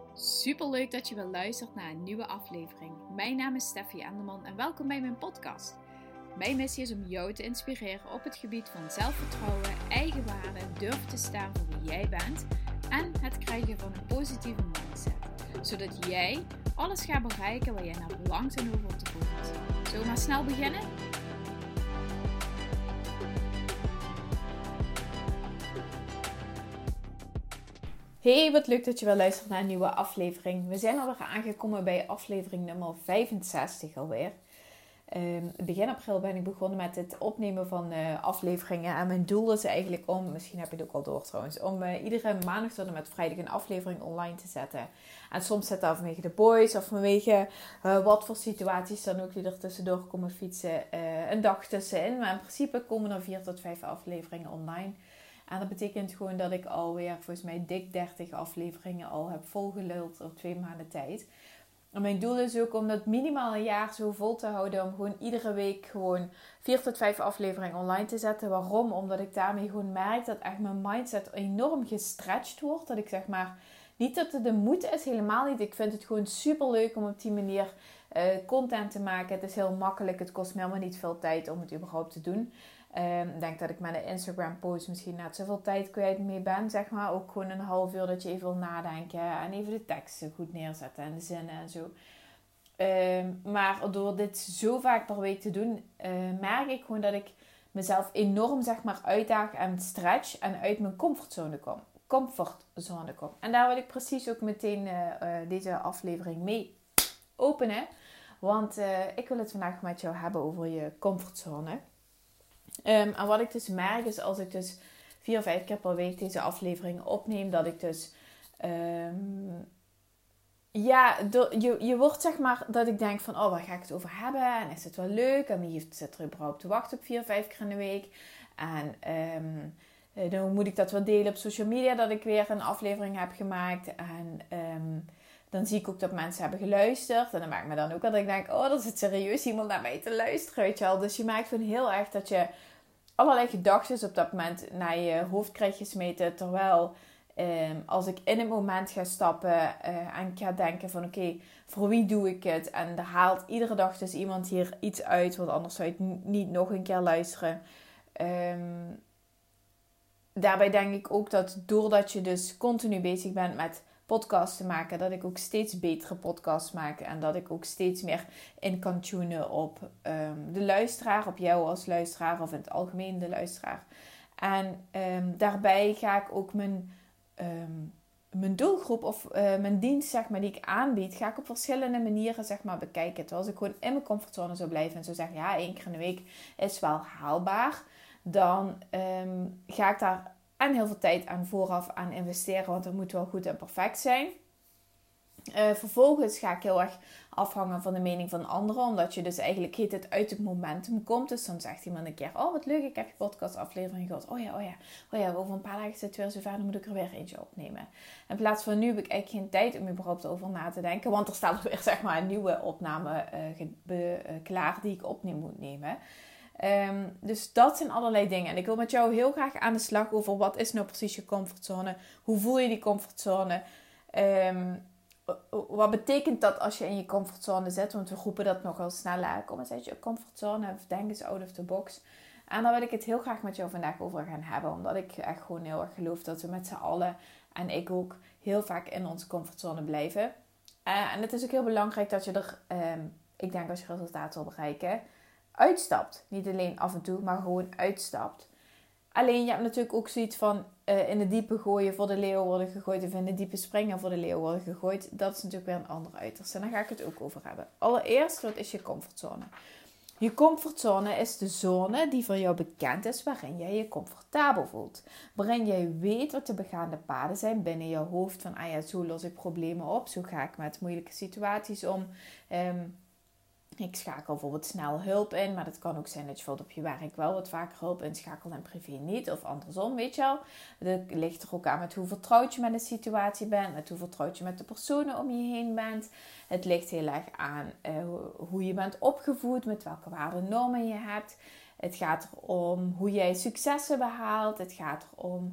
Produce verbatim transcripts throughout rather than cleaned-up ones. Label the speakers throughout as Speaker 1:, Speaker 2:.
Speaker 1: Super leuk dat je weer luistert naar een nieuwe aflevering. Mijn naam is Steffi Enderman en welkom bij mijn podcast. Mijn missie is om jou te inspireren op het gebied van zelfvertrouwen, eigenwaarde, durven te staan voor wie jij bent en het krijgen van een positieve mindset. Zodat jij alles gaat bereiken waar jij naar verlangt en over te voelt. Zullen we maar snel beginnen? Hey, wat leuk dat je weer luistert naar een nieuwe aflevering. We zijn alweer aangekomen bij aflevering nummer vijfenzestig alweer. Um, begin april ben ik begonnen met het opnemen van uh, afleveringen. En mijn doel is eigenlijk om, misschien heb je het ook al door trouwens, om uh, iedere maandag tot en met vrijdag een aflevering online te zetten. En soms zit dat vanwege de boys of vanwege uh, wat voor situaties dan ook die er tussendoor komen fietsen. Uh, een dag tussenin. Maar in principe komen er vier tot vijf afleveringen online. En dat betekent gewoon dat ik alweer volgens mij dik dertig afleveringen al heb volgeluld op twee maanden tijd. En mijn doel is ook om dat minimaal een jaar zo vol te houden. Om gewoon iedere week gewoon vier tot vijf afleveringen online te zetten. Waarom? Omdat ik daarmee gewoon merk dat echt mijn mindset enorm gestretched wordt. Dat ik zeg maar, niet dat het de moed is, helemaal niet. Ik vind het gewoon super leuk om op die manier uh, content te maken. Het is heel makkelijk, het kost me helemaal niet veel tijd om het überhaupt te doen. Um, ik denk dat ik met een Instagram post misschien net zoveel tijd kwijt mee ben, zeg maar. Ook gewoon een half uur dat je even wil nadenken en even de teksten goed neerzetten en de zinnen en zo. Um, maar door dit zo vaak per week te doen, uh, merk ik gewoon dat ik mezelf enorm, zeg maar, uitdaag en stretch en uit mijn comfortzone kom. Comfortzone kom. En daar wil ik precies ook meteen uh, uh, deze aflevering mee openen. Want uh, ik wil het vandaag met jou hebben over je comfortzone. Um, en wat ik dus merk is als ik dus vier of vijf keer per week deze afleveringen opneem, dat ik dus um, ja, do, je, je wordt zeg maar dat ik denk van, oh, waar ga ik het over hebben? En is het wel leuk? En wie heeft, zit er überhaupt te wachten op vier, vijf keer in de week? En um, dan moet ik dat wel delen op social media, dat ik weer een aflevering heb gemaakt. En um, dan zie ik ook dat mensen hebben geluisterd. En dan maakt me dan ook dat ik denk, oh, er zit serieus iemand naar mij te luisteren, weet je wel. Dus je merkt gewoon heel erg dat je allerlei gedachten op dat moment naar je hoofd krijgt gesmeten. Terwijl um, als ik in het moment ga stappen uh, en ik ga denken van oké, okay, voor wie doe ik het? En er haalt iedere dag dus iemand hier iets uit, want anders zou je het niet nog een keer luisteren. Um, daarbij denk ik ook dat doordat je dus continu bezig bent met podcasts te maken, dat ik ook steeds betere podcasts maak en dat ik ook steeds meer in kan tunen op um, de luisteraar, op jou als luisteraar of in het algemeen de luisteraar. En um, daarbij ga ik ook mijn, um, mijn doelgroep of uh, mijn dienst, zeg maar, die ik aanbied, ga ik op verschillende manieren, zeg maar, bekijken. Terwijl als ik gewoon in mijn comfortzone zou blijven en zou zeggen, ja, één keer in de week is wel haalbaar, dan um, ga ik daar en heel veel tijd aan vooraf aan investeren, want het moet wel goed en perfect zijn. Uh, vervolgens ga ik heel erg afhangen van de mening van anderen, omdat je dus eigenlijk heet het uit het momentum komt. Dus dan zegt iemand een keer, oh wat leuk, ik heb je podcastaflevering gehad. Oh ja, oh ja, oh ja, over een paar dagen zit het weer zover, dan moet ik er weer eentje opnemen. In plaats van nu heb ik eigenlijk geen tijd om überhaupt over na te denken, want er staat er weer, zeg maar, een nieuwe opname uh, be, uh, klaar die ik opnieuw moet nemen. Um, dus dat zijn allerlei dingen. En ik wil met jou heel graag aan de slag over wat is nou precies je comfortzone? Hoe voel je die comfortzone? Um, wat betekent dat als je in je comfortzone zit? Want we roepen dat nogal snel. Kom eens uit je comfortzone of denk eens out of the box. En daar wil ik het heel graag met jou vandaag over gaan hebben. Omdat ik echt gewoon heel erg geloof dat we met z'n allen en ik ook heel vaak in onze comfortzone blijven. Uh, en het is ook heel belangrijk dat je er, um, ik denk als je resultaat wil bereiken, uitstapt. Niet alleen af en toe, maar gewoon uitstapt. Alleen je hebt natuurlijk ook zoiets van uh, in de diepe gooien voor de leeuw worden gegooid of in de diepe springen voor de leeuw worden gegooid. Dat is natuurlijk weer een ander uiterste. En daar ga ik het ook over hebben. Allereerst, wat is je comfortzone? Je comfortzone is de zone die voor jou bekend is, waarin jij je comfortabel voelt. Waarin jij weet wat de begaande paden zijn binnen je hoofd. Van, ah ja, zo los ik problemen op. Zo ga ik met moeilijke situaties om. Um, Ik schakel bijvoorbeeld snel hulp in, maar dat kan ook zijn dat je bijvoorbeeld op je werk wel wat vaker hulp inschakelt en privé niet. Of andersom, weet je wel. Het ligt er ook aan met hoe vertrouwd je met de situatie bent, met hoe vertrouwd je met de personen om je heen bent. Het ligt heel erg aan uh, hoe je bent opgevoed, met welke waarden en normen je hebt. Het gaat erom hoe jij successen behaalt. Het gaat erom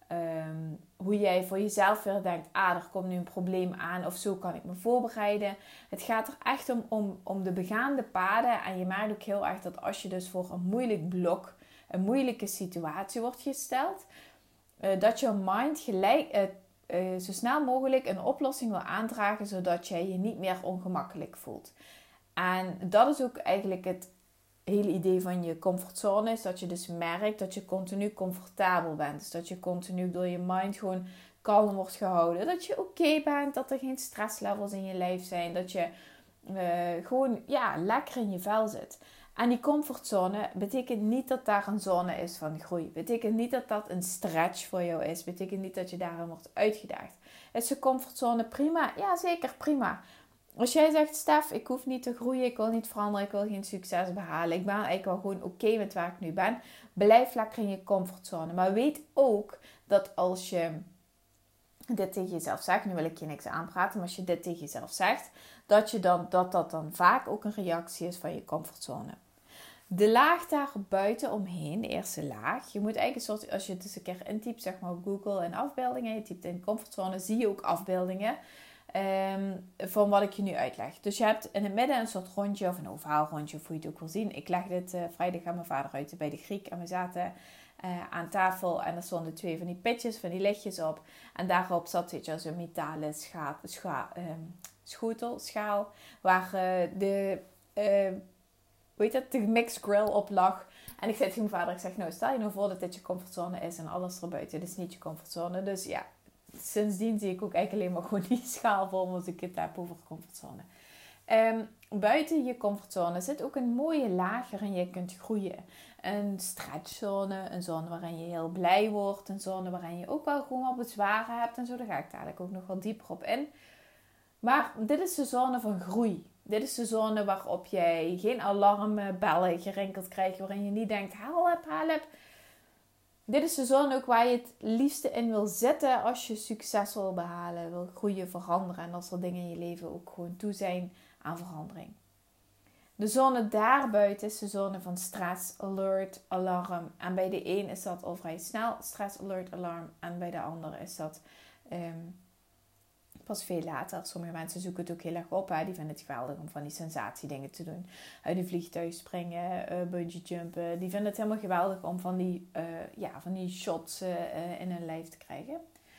Speaker 1: Um, hoe jij voor jezelf weer denkt, ah, er komt nu een probleem aan of zo kan ik me voorbereiden. Het gaat er echt om, om, om de begaande paden. En je merkt ook heel erg dat als je dus voor een moeilijk blok, een moeilijke situatie wordt gesteld, uh, dat je mind gelijk, uh, uh, zo snel mogelijk een oplossing wil aandragen, zodat jij je niet meer ongemakkelijk voelt. En dat is ook eigenlijk het hele idee van je comfortzone, is dat je dus merkt dat je continu comfortabel bent. Dus dat je continu door je mind gewoon kalm wordt gehouden. Dat je oké okay bent, dat er geen stresslevels in je lijf zijn. Dat je uh, gewoon ja, lekker in je vel zit. En die comfortzone betekent niet dat daar een zone is van groei. Betekent niet dat dat een stretch voor jou is. Betekent niet dat je daarin wordt uitgedaagd. Is de comfortzone prima? Ja, zeker prima. Als jij zegt, Stef, ik hoef niet te groeien, ik wil niet veranderen, ik wil geen succes behalen. Ik ben eigenlijk wel gewoon oké okay met waar ik nu ben. Blijf lekker in je comfortzone. Maar weet ook dat als je dit tegen jezelf zegt, nu wil ik je niks aanpraten, maar als je dit tegen jezelf zegt, dat, je dan, dat dat dan vaak ook een reactie is van je comfortzone. De laag daar buiten omheen, de eerste laag. Je moet eigenlijk een soort, als je het eens een keer intypt, zeg maar op Google en afbeeldingen, je typt in comfortzone, zie je ook afbeeldingen. Um, van wat ik je nu uitleg. Dus je hebt in het midden een soort rondje of een ovaal rondje, of hoe je het ook wil zien. Ik leg dit uh, vrijdag aan mijn vader uit bij de Griek en we zaten uh, aan tafel en er stonden twee van die pitjes, van die lichtjes op. En daarop zat weet je, zo'n metalen scha- scha- um, schotel, schaal, waar uh, de, uh, hoe heet dat, de mixed grill op lag. En ik zei tegen mijn vader, ik zeg, nou stel je nou voor dat dit je comfortzone is en alles erbuiten. Dit is niet je comfortzone, dus ja. Sindsdien zie ik ook eigenlijk alleen maar gewoon die schaal vol als ik het heb over comfortzone. Um, buiten je comfortzone zit ook een mooie laag waarin je kunt groeien. Een stretchzone, een zone waarin je heel blij wordt. Een zone waarin je ook wel gewoon wat bezwaren hebt en zo. Daar ga ik dadelijk ook nog wel dieper op in. Maar dit is de zone van groei. Dit is de zone waarop jij geen alarmbellen gerinkeld krijgt. Waarin je niet denkt, help, help. Dit is de zone ook waar je het liefste in wil zitten als je succes wil behalen, wil groeien, veranderen. En als er dingen in je leven ook gewoon toe zijn aan verandering. De zone daarbuiten is de zone van stress, alert, alarm. En bij de een is dat al vrij snel, stress, alert, alarm. En bij de ander is dat um, pas veel later. Sommige mensen zoeken het ook heel erg op. Hè? Die vinden het geweldig om van die sensatiedingen te doen. Uit een vliegtuig springen, uh, bungee jumpen. Die vinden het helemaal geweldig om van die, uh, ja, van die shots uh, in hun lijf te krijgen.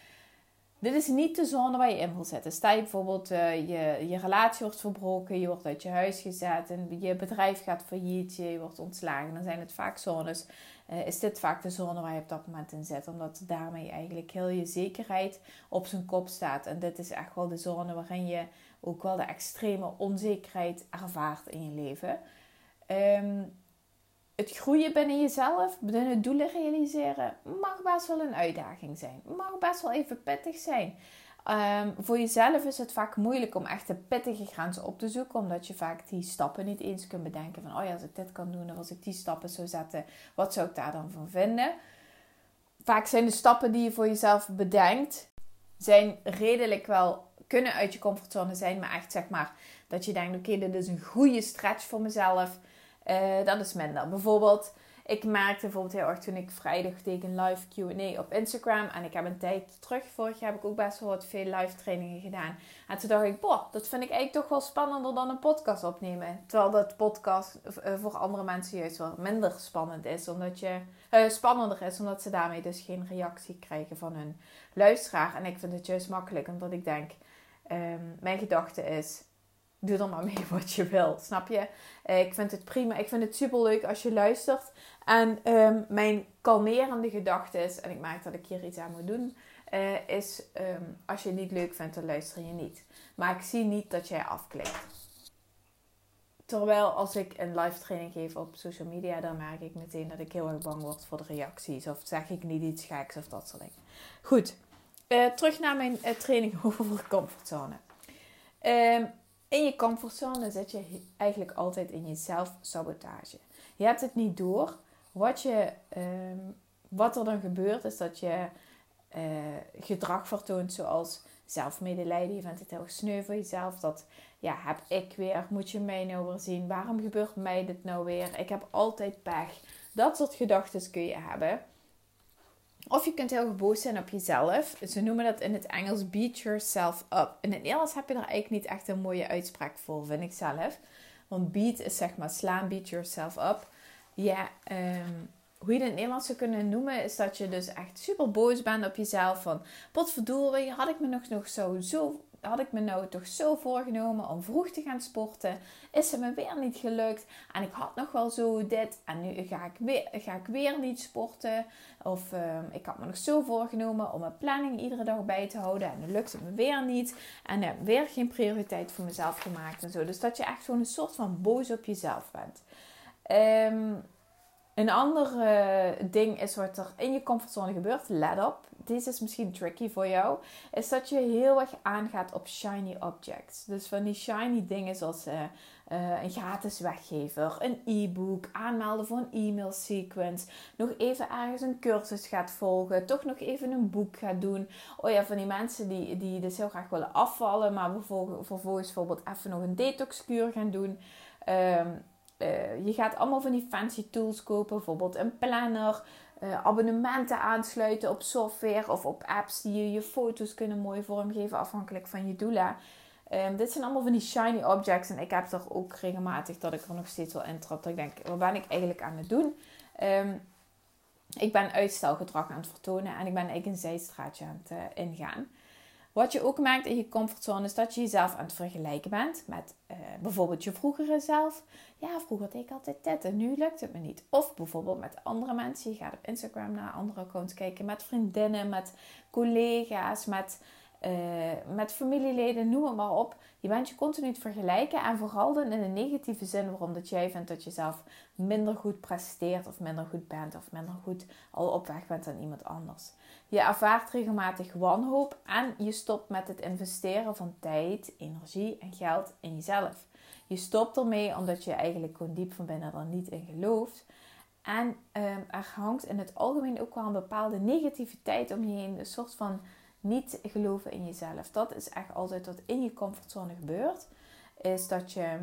Speaker 1: Dit is niet de zone waar je in wil zitten. Stel je bijvoorbeeld, uh, je, je relatie wordt verbroken, je wordt uit je huis gezet en je bedrijf gaat failliet, je wordt ontslagen. Dan zijn het vaak zones. Uh, is dit vaak de zone waar je op dat moment in zit. Omdat daarmee eigenlijk heel je zekerheid op zijn kop staat. En dit is echt wel de zone waarin je ook wel de extreme onzekerheid ervaart in je leven. Um, Het groeien binnen jezelf, binnen doelen realiseren, mag best wel een uitdaging zijn. Mag best wel even pittig zijn. Um, voor jezelf is het vaak moeilijk om echt de pittige grenzen op te zoeken. Omdat je vaak die stappen niet eens kunt bedenken. Van, oh ja, als ik dit kan doen of als ik die stappen zou zetten, wat zou ik daar dan van vinden? Vaak zijn de stappen die je voor jezelf bedenkt, zijn redelijk wel, kunnen uit je comfortzone zijn. Maar echt zeg maar, dat je denkt, oké, okay, dit is een goede stretch voor mezelf. Uh, dat is minder. Bijvoorbeeld, ik merkte bijvoorbeeld heel erg toen ik vrijdag deed een live Q en A op Instagram. En ik heb een tijd terug, vorig jaar heb ik ook best wel wat veel live trainingen gedaan. En toen dacht ik, boah, dat vind ik eigenlijk toch wel spannender dan een podcast opnemen. Terwijl dat podcast uh, voor andere mensen juist wel minder spannend is. Omdat je, uh, spannender is, omdat ze daarmee dus geen reactie krijgen van hun luisteraar. En ik vind het juist makkelijk, omdat ik denk, um, mijn gedachte is, doe er maar mee wat je wil, snap je? Uh, ik vind het prima. Ik vind het superleuk als je luistert. En um, mijn kalmerende gedachte is, en ik merk dat ik hier iets aan moet doen, uh, is um, als je het niet leuk vindt, dan luister je niet. Maar ik zie niet dat jij afklikt. Terwijl als ik een live training geef op social media, dan merk ik meteen dat ik heel erg bang word voor de reacties. Of zeg ik niet iets geks of dat soort dingen. Goed, uh, terug naar mijn uh, training over comfortzone. Um, In je comfortzone zit je eigenlijk altijd in je zelfsabotage. Je hebt het niet door. Wat, je, um, wat er dan gebeurt is dat je uh, gedrag vertoont zoals zelfmedelijden. Je vindt het heel sneu voor jezelf. Dat, ja, heb ik weer, moet je mij nou weer zien? Waarom gebeurt mij dit nou weer? Ik heb altijd pech. Dat soort gedachten kun je hebben. Of je kunt heel erg boos zijn op jezelf. Ze noemen dat in het Engels beat yourself up. In het Nederlands heb je er eigenlijk niet echt een mooie uitspraak voor, vind ik zelf. Want beat is zeg maar slaan, beat yourself up. Ja, um, hoe je het in het Nederlands zou kunnen noemen, is dat je dus echt super boos bent op jezelf. Van, potverdorie, had ik me nog, nog zo, zo, had ik me nou toch zo voorgenomen om vroeg te gaan sporten. Is het me weer niet gelukt. En ik had nog wel zo dit. En nu ga ik weer, ga ik weer niet sporten. Of um, ik had me nog zo voorgenomen om mijn planning iedere dag bij te houden. En nu lukt het me weer niet. En heb weer geen prioriteit voor mezelf gemaakt. En zo. Dus dat je echt gewoon een soort van boos op jezelf bent. Um, Een ander uh, ding is wat er in je comfortzone gebeurt. Let op, deze is misschien tricky voor jou. Is dat je heel erg aangaat op shiny objects. Dus van die shiny dingen zoals uh, uh, een gratis weggever, een e-book, aanmelden voor een e-mail sequence. Nog even ergens een cursus gaat volgen. Toch nog even een boek gaat doen. Oh ja, van die mensen die, die dus heel graag willen afvallen. Maar vervolgens, vervolgens bijvoorbeeld even nog een detoxkuur gaan doen. Um, Uh, je gaat allemaal van die fancy tools kopen. Bijvoorbeeld een planner. Uh, abonnementen aansluiten op software of op apps die je je foto's kunnen mooi vormgeven. Afhankelijk van je doelen. Um, dit zijn allemaal van die shiny objects. En ik heb er ook regelmatig dat ik er nog steeds wel in trap. Dat ik denk, wat ben ik eigenlijk aan het doen? Um, ik ben uitstelgedrag aan het vertonen. En ik ben eigenlijk een zijstraatje aan het uh, ingaan. Wat je ook merkt in je comfortzone is dat je jezelf aan het vergelijken bent met uh, bijvoorbeeld je vroegere zelf. Ja, vroeger deed ik altijd dit en nu lukt het me niet. Of bijvoorbeeld met andere mensen. Je gaat op Instagram naar andere accounts kijken. Met vriendinnen, met collega's, met, uh, met familieleden, noem het maar op. Je bent je continu het vergelijken. En vooral dan in een negatieve zin waarom dat jij vindt dat je zelf minder goed presteert. Of minder goed bent. Of minder goed al op weg bent dan iemand anders. Je ervaart regelmatig wanhoop en je stopt met het investeren van tijd, energie en geld in jezelf. Je stopt ermee omdat je eigenlijk gewoon diep van binnen er niet in gelooft. En um, er hangt in het algemeen ook wel een bepaalde negativiteit om je heen. Een soort van niet geloven in jezelf. Dat is echt altijd wat in je comfortzone gebeurt. Is dat je...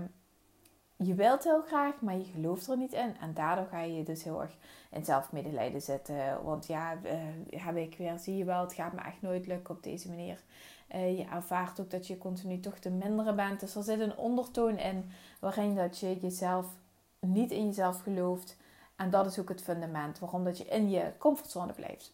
Speaker 1: Je wilt heel graag, maar je gelooft er niet in. En daardoor ga je dus heel erg in zelfmedelijden zitten. Want ja, uh, heb ik weer, zie je wel, het gaat me echt nooit lukken op deze manier. Uh, je ervaart ook dat je continu toch de mindere bent. Dus er zit een ondertoon in waarin dat je jezelf niet in jezelf gelooft. En dat is ook het fundament waarom dat je in je comfortzone blijft.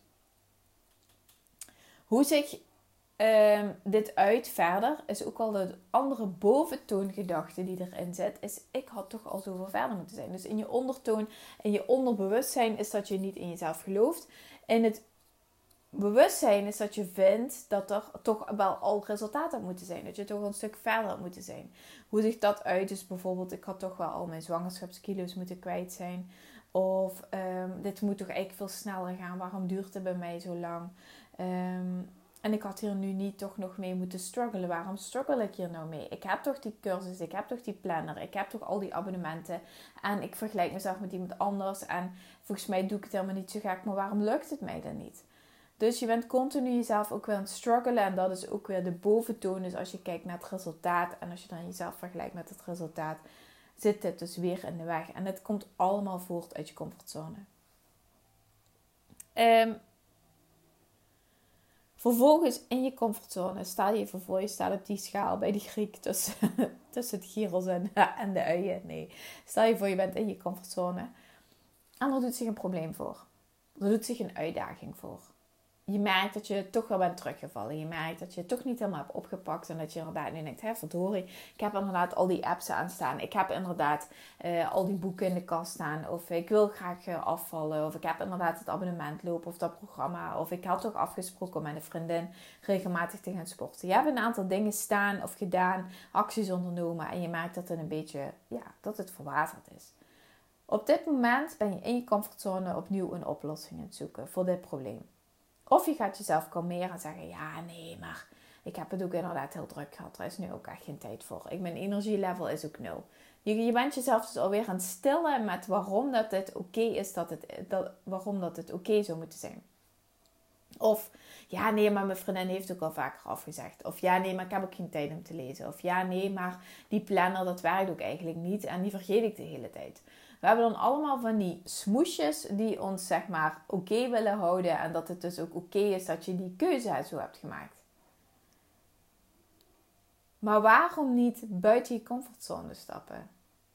Speaker 1: Hoe zich Um, dit uit verder is ook al de andere boventoongedachte die erin zit, is ik had toch al zoveel verder moeten zijn. Dus in je ondertoon, in je onderbewustzijn is dat je niet in jezelf gelooft. In het bewustzijn is dat je vindt dat er toch wel al resultaten moeten zijn. Dat je toch een stuk verder had moeten zijn. Hoe zich dat uit is bijvoorbeeld, ik had toch wel al mijn zwangerschapskilo's moeten kwijt zijn. Of um, dit moet toch eigenlijk veel sneller gaan. Waarom duurt het bij mij zo lang? Um, En ik had hier nu niet toch nog mee moeten struggelen. Waarom struggle ik hier nou mee? Ik heb toch die cursus, ik heb toch die planner, ik heb toch al die abonnementen. En ik vergelijk mezelf met iemand anders. En volgens mij doe ik het helemaal niet zo gek. Maar waarom lukt het mij dan niet? Dus je bent continu jezelf ook weer aan het struggelen. En dat is ook weer de boventoon. Dus als je kijkt naar het resultaat. En als je dan jezelf vergelijkt met het resultaat. Zit dit dus weer in de weg. En het komt allemaal voort uit je comfortzone. Um, Vervolgens in je comfortzone, stel je even voor, je staat op die schaal bij die Griek tussen, tussen het gyros en, en de uien. Nee, stel je voor je bent in je comfortzone en er doet zich een probleem voor. Er doet zich een uitdaging voor. Je merkt dat je toch wel bent teruggevallen. Je merkt dat je het toch niet helemaal hebt opgepakt. En dat je inderdaad nu denkt, hé verdorie, ik heb inderdaad al die apps aanstaan. Ik heb inderdaad uh, al die boeken in de kast staan. Of ik wil graag uh, afvallen. Of ik heb inderdaad het abonnement lopen of dat programma. Of ik had toch afgesproken met een vriendin regelmatig te gaan sporten. Je hebt een aantal dingen staan of gedaan, acties ondernomen. En je merkt dat het een beetje, ja, dat het verwaterd is. Op dit moment ben je in je comfortzone opnieuw een oplossing aan het zoeken voor dit probleem. Of je gaat jezelf kalmeren en zeggen, ja nee, maar ik heb het ook inderdaad heel druk gehad. Er is nu ook echt geen tijd voor. Ik, mijn energielevel is ook nul. Je, je bent jezelf dus alweer aan het stillen met waarom dat het oké okay is, dat het, dat, waarom dat het oké okay zou moeten zijn. Of, ja nee, maar mijn vriendin heeft ook al vaker afgezegd. Of ja nee, maar ik heb ook geen tijd om te lezen. Of ja nee, maar die planner dat werkt ook eigenlijk niet en die vergeet ik de hele tijd. We hebben dan allemaal van die smoesjes die ons zeg maar oké willen houden. En dat het dus ook oké is dat je die keuze zo hebt gemaakt. Maar waarom niet buiten je comfortzone stappen?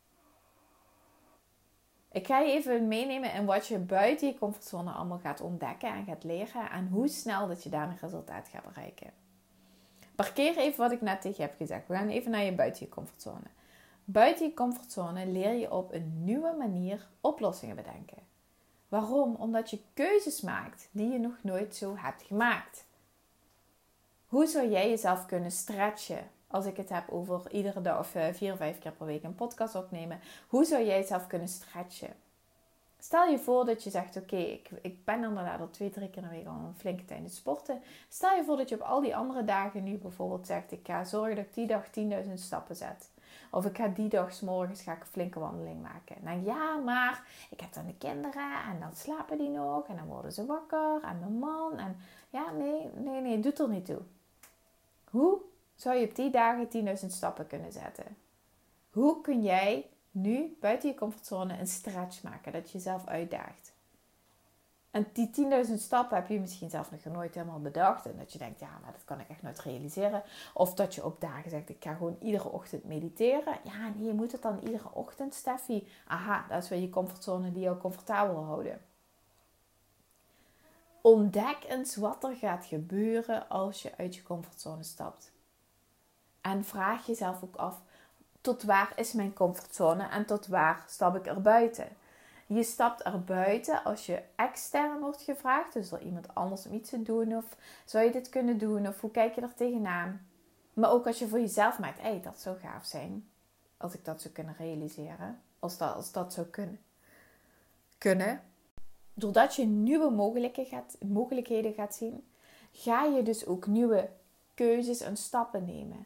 Speaker 1: Ik ga je even meenemen in wat je buiten je comfortzone allemaal gaat ontdekken en gaat leren. En hoe snel dat je daar een resultaat gaat bereiken. Parkeer even wat ik net tegen je heb gezegd. We gaan even naar je buiten je comfortzone. Buiten je comfortzone leer je op een nieuwe manier oplossingen bedenken. Waarom? Omdat je keuzes maakt die je nog nooit zo hebt gemaakt. Hoe zou jij jezelf kunnen stretchen? Als ik het heb over iedere dag of vier, vijf keer per week een podcast opnemen. Hoe zou jij jezelf kunnen stretchen? Stel je voor dat je zegt, oké, okay, ik, ik ben inderdaad al twee, drie keer in de week al een flinke tijd in het sporten. Stel je voor dat je op al die andere dagen nu bijvoorbeeld zegt, ik ga zorgen dat ik die dag tienduizend stappen zet. Of ik ga die dag 's morgens ga ik een flinke wandeling maken. Nou ja, maar ik heb dan de kinderen en dan slapen die nog en dan worden ze wakker en mijn man. En ja, nee, nee, nee, doet er niet toe. Hoe zou je op die dagen tienduizend stappen kunnen zetten? Hoe kun jij nu buiten je comfortzone een stretch maken, dat je jezelf uitdaagt? En die tienduizend stappen heb je misschien zelf nog nooit helemaal bedacht. En dat je denkt, ja, maar dat kan ik echt nooit realiseren. Of dat je op dagen zegt, ik ga gewoon iedere ochtend mediteren. Ja, nee, je moet het dan iedere ochtend, Steffi. Aha, dat is weer je comfortzone die jou comfortabel houden. Ontdek eens wat er gaat gebeuren als je uit je comfortzone stapt. En vraag jezelf ook af, tot waar is mijn comfortzone en tot waar stap ik er buiten? Je stapt er buiten als je extern wordt gevraagd. Dus door iemand anders om iets te doen. Of zou je dit kunnen doen? Of hoe kijk je er tegenaan? Maar ook als je voor jezelf maakt. Hé, hey, dat zou gaaf zijn. Als ik dat zou kunnen realiseren. Als dat, als dat zou kunnen. Kunnen. Doordat je nieuwe mogelijkheden gaat, mogelijkheden gaat zien. Ga je dus ook nieuwe keuzes en stappen nemen.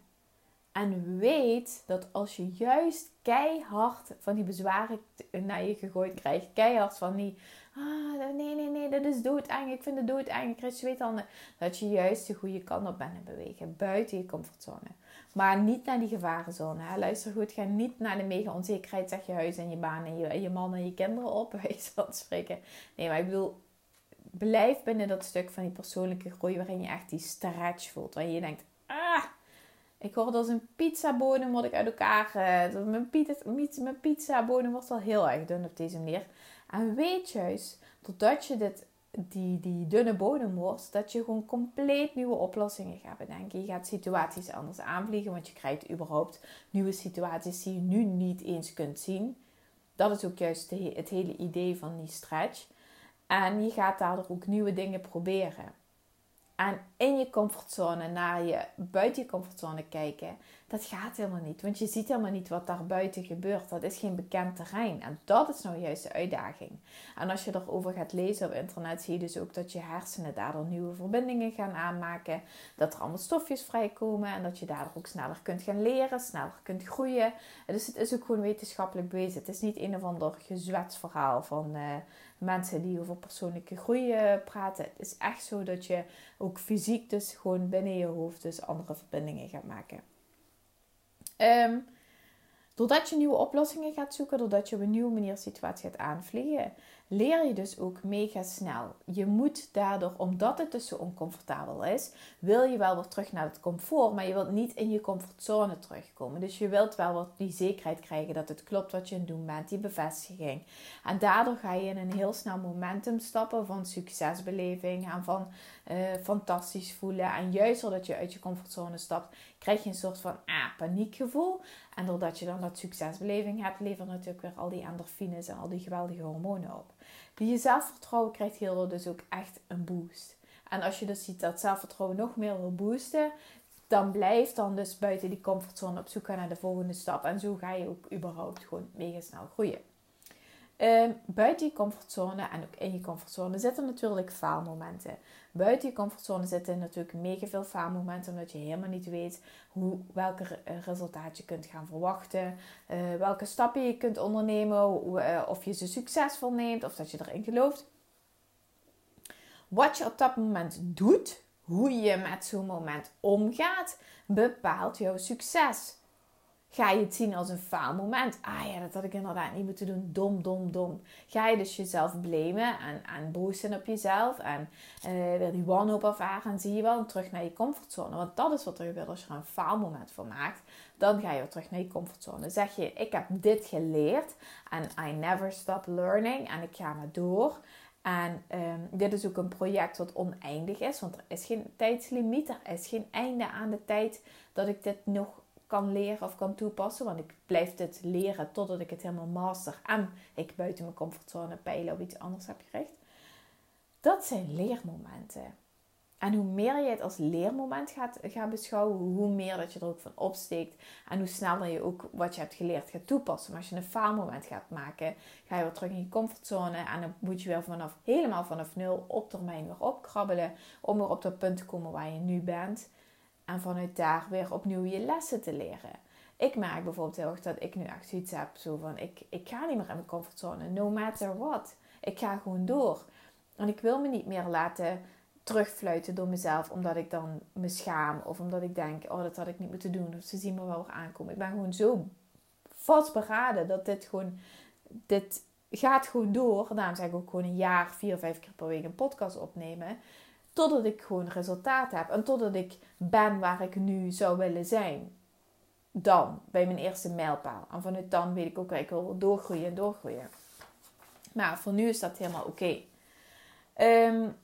Speaker 1: En weet dat als je juist keihard van die bezwaren naar je gegooid krijgt. Keihard van die, ah, nee, nee, nee, dat is doodeng. Ik vind het doodeng. Ik krijg zweethanden. Dat je juist de goede kant op bent aan bewegen. Buiten je comfortzone. Maar niet naar die gevarenzone. Hè? Luister goed, ga niet naar de mega onzekerheid. Zeg je huis en je baan en je, en je man en je kinderen op. Wij zal het spreken. Nee, maar ik bedoel, blijf binnen dat stuk van die persoonlijke groei. Waarin je echt die stretch voelt. Waarin je denkt, ah... Ik hoor als een pizzabodem word ik uit elkaar. Uh, mijn, pizza, mijn pizzabodem wordt wel heel erg dun op deze manier. En weet juist, doordat je dit, die, die dunne bodem wordt, dat je gewoon compleet nieuwe oplossingen gaat bedenken. Je gaat situaties anders aanvliegen, want je krijgt überhaupt nieuwe situaties die je nu niet eens kunt zien. Dat is ook juist de, het hele idee van die stretch. En je gaat daardoor ook nieuwe dingen proberen. En in je comfortzone, naar je buiten je comfortzone kijken, dat gaat helemaal niet. Want je ziet helemaal niet wat daar buiten gebeurt. Dat is geen bekend terrein. En dat is nou juist de uitdaging. En als je erover gaat lezen op internet, zie je dus ook dat je hersenen daardoor nieuwe verbindingen gaan aanmaken. Dat er allemaal stofjes vrijkomen en dat je daardoor ook sneller kunt gaan leren, sneller kunt groeien. Dus het is ook gewoon wetenschappelijk bewezen. Het is niet een of ander gezwetsverhaal van uh, mensen die over persoonlijke groei uh, praten. Het is echt zo dat je ook fysiek dus gewoon binnen je hoofd dus andere verbindingen gaat maken. Um, doordat je nieuwe oplossingen gaat zoeken, doordat je op een nieuwe manier situatie gaat aanvliegen, leer je dus ook mega snel. Je moet daardoor, omdat het dus zo oncomfortabel is, wil je wel weer terug naar het comfort, maar je wilt niet in je comfortzone terugkomen. Dus je wilt wel wat die zekerheid krijgen dat het klopt wat je aan het doen bent, die bevestiging. En daardoor ga je in een heel snel momentum stappen van succesbeleving en van uh, fantastisch voelen. En juist doordat je uit je comfortzone stapt, krijg je een soort van ah, paniekgevoel. En doordat je dan dat succesbeleving hebt, levert natuurlijk weer al die endorfines en al die geweldige hormonen op. Je zelfvertrouwen krijgt hierdoor dus ook echt een boost. En als je dus ziet dat zelfvertrouwen nog meer wil boosten, dan blijf dan dus buiten die comfortzone op zoek gaan naar de volgende stap. En zo ga je ook überhaupt gewoon mega snel groeien. Um, buiten je comfortzone en ook in je comfortzone zitten natuurlijk faalmomenten. Buiten je comfortzone zitten natuurlijk mega veel faalmomenten, omdat je helemaal niet weet hoe, welke resultaat je kunt gaan verwachten, uh, welke stappen je kunt ondernemen, hoe, uh, of je ze succesvol neemt of dat je erin gelooft. Wat je op dat moment doet, hoe je met zo'n moment omgaat, bepaalt jouw succes. Ga je het zien als een faalmoment? Ah ja, dat had ik inderdaad niet moeten doen. Dom, dom, dom. Ga je dus jezelf blamen en, en boos zijn op jezelf. En uh, weer die wanhoop ervaren. En zie je wel terug naar je comfortzone. Want dat is wat er gebeurt als je er een faalmoment van maakt. Dan ga je weer terug naar je comfortzone. Zeg je, ik heb dit geleerd. En I never stop learning. En ik ga maar door. En um, dit is ook een project wat oneindig is. Want er is geen tijdslimiet. Er is geen einde aan de tijd dat ik dit nog kan leren of kan toepassen. Want ik blijf dit leren totdat ik het helemaal master. En ik buiten mijn comfortzone peilen op iets anders heb gericht. Dat zijn leermomenten. En hoe meer je het als leermoment gaat, gaat beschouwen, hoe meer dat je er ook van opsteekt. En hoe sneller je ook wat je hebt geleerd gaat toepassen. Maar als je een faalmoment gaat maken, ga je weer terug in je comfortzone. En dan moet je weer vanaf, helemaal vanaf nul op termijn weer opkrabbelen. Om weer op dat punt te komen waar je nu bent. En vanuit daar weer opnieuw je lessen te leren. Ik merk bijvoorbeeld heel erg dat ik nu echt zoiets heb. Zo van, ik, ik ga niet meer in mijn comfortzone. No matter what. Ik ga gewoon door. En ik wil me niet meer laten terugfluiten door mezelf. Omdat ik dan me schaam. Of omdat ik denk, oh dat had ik niet moeten doen. Of ze zien me wel weer aankomen. Ik ben gewoon zo vastberaden dat dit gewoon... Dit gaat gewoon door. Daarom zeg ik ook gewoon een jaar, vier, vijf keer per week een podcast opnemen. Totdat ik gewoon resultaat heb. En totdat ik ben waar ik nu zou willen zijn. Dan, bij mijn eerste mijlpaal. En vanuit dan weet ik ook, ik wil doorgroeien en doorgroeien. Maar voor nu is dat helemaal oké. Okay. Um,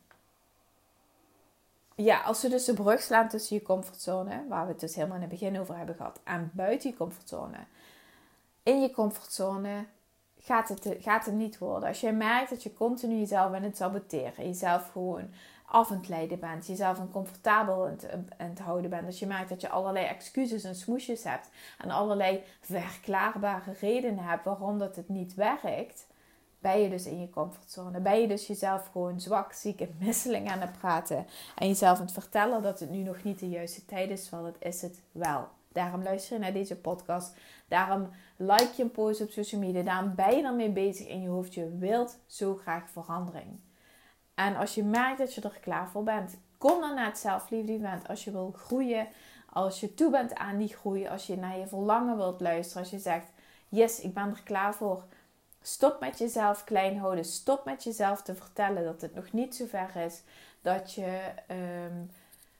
Speaker 1: ja, als we dus de brug slaan tussen je comfortzone, waar we het dus helemaal in het begin over hebben gehad, en buiten je comfortzone. In je comfortzone gaat het, gaat het niet worden. Als je merkt dat je continu jezelf aan het saboteren, jezelf gewoon af aan het leiden bent, jezelf oncomfortabel aan het, aan het houden bent. Als je merkt dat je allerlei excuses en smoesjes hebt en allerlei verklaarbare redenen hebt waarom dat het niet werkt, ben je dus in je comfortzone. Ben je dus jezelf gewoon zwak, ziek en misselijk aan het praten en jezelf aan het vertellen dat het nu nog niet de juiste tijd is, want het is het wel. Daarom luister je naar deze podcast. Daarom like je een post op social media. Daarom ben je ermee bezig in je hoofd. Je wilt zo graag verandering. En als je merkt dat je er klaar voor bent, kom dan naar het zelfliefde-event. Als je wil groeien, als je toe bent aan die groei, als je naar je verlangen wilt luisteren, als je zegt, yes, ik ben er klaar voor. Stop met jezelf klein houden. Stop met jezelf te vertellen dat het nog niet zo ver is. Dat je um,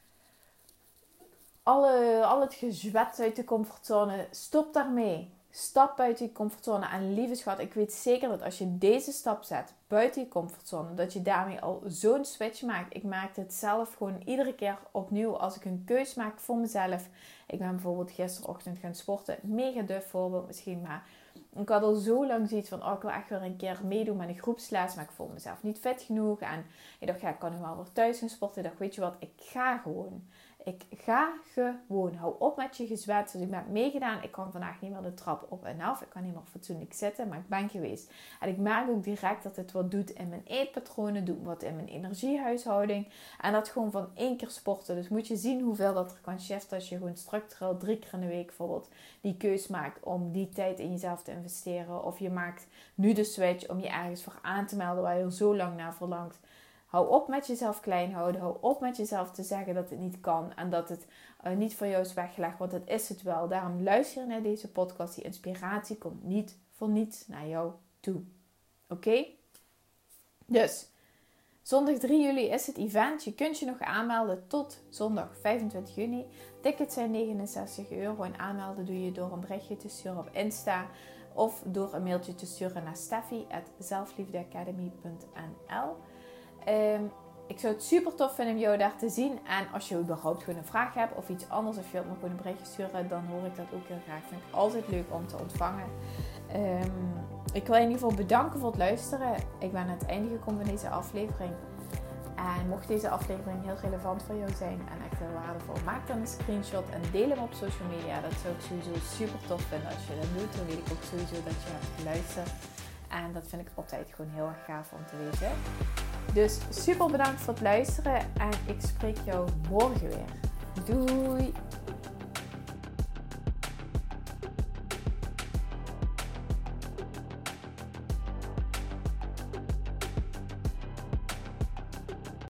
Speaker 1: alle, al het gezwet uit de comfortzone, stop daarmee. Stap buiten je comfortzone. En lieve schat, ik weet zeker dat als je deze stap zet buiten je comfortzone, dat je daarmee al zo'n switch maakt. Ik maak het zelf gewoon iedere keer opnieuw als ik een keus maak voor mezelf. Ik ben bijvoorbeeld gisterochtend gaan sporten. Mega duf voorbeeld misschien, maar ik had al zo lang zoiets van, oh, ik wil echt weer een keer meedoen met een groepsles, maar ik voel mezelf niet fit genoeg. En ik dacht, ja, ik kan nu wel weer thuis gaan sporten. Ik dacht, weet je wat, ik ga gewoon. Ik ga gewoon. Hou op met je gezwet. Dus ik ben meegedaan. Ik kan vandaag niet meer de trap op en af. Ik kan niet meer fatsoenlijk zitten. Maar ik ben geweest. En ik merk ook direct dat het wat doet in mijn eetpatronen. Doet wat in mijn energiehuishouding. En dat gewoon van één keer sporten. Dus moet je zien hoeveel dat er kan shiften. Als je gewoon structureel drie keer in de week bijvoorbeeld die keus maakt om die tijd in jezelf te investeren. Of je maakt nu de switch om je ergens voor aan te melden waar je er zo lang naar verlangt. Hou op met jezelf klein houden. Hou op met jezelf te zeggen dat het niet kan. En dat het uh, niet voor jou is weggelegd. Want dat is het wel. Daarom luister je naar deze podcast. Die inspiratie komt niet voor niets naar jou toe. Oké? Okay? Dus, zondag drie juli is het event. Je kunt je nog aanmelden tot zondag vijfentwintig juni. Tickets zijn negenenzestig euro. En aanmelden doe je door een berichtje te sturen op Insta. Of door een mailtje te sturen naar steffi at zelfliefdeacademy punt n l. Um, ik zou het super tof vinden om jou daar te zien. En als je überhaupt gewoon een vraag hebt of iets anders, of je wilt me gewoon een berichtje sturen, dan hoor ik dat ook heel graag. Vind ik altijd leuk om te ontvangen. Um, ik wil je in ieder geval bedanken voor het luisteren. Ik ben aan het einde gekomen van deze aflevering. En mocht deze aflevering heel relevant voor jou zijn en echt heel waardevol, maak dan een screenshot en deel hem op social media. Dat zou ik sowieso super tof vinden als je dat doet. Dan weet ik ook sowieso dat je hebt geluisterd. En dat vind ik altijd gewoon heel erg gaaf om te weten. Dus super bedankt voor het luisteren en ik spreek jou morgen weer. Doei!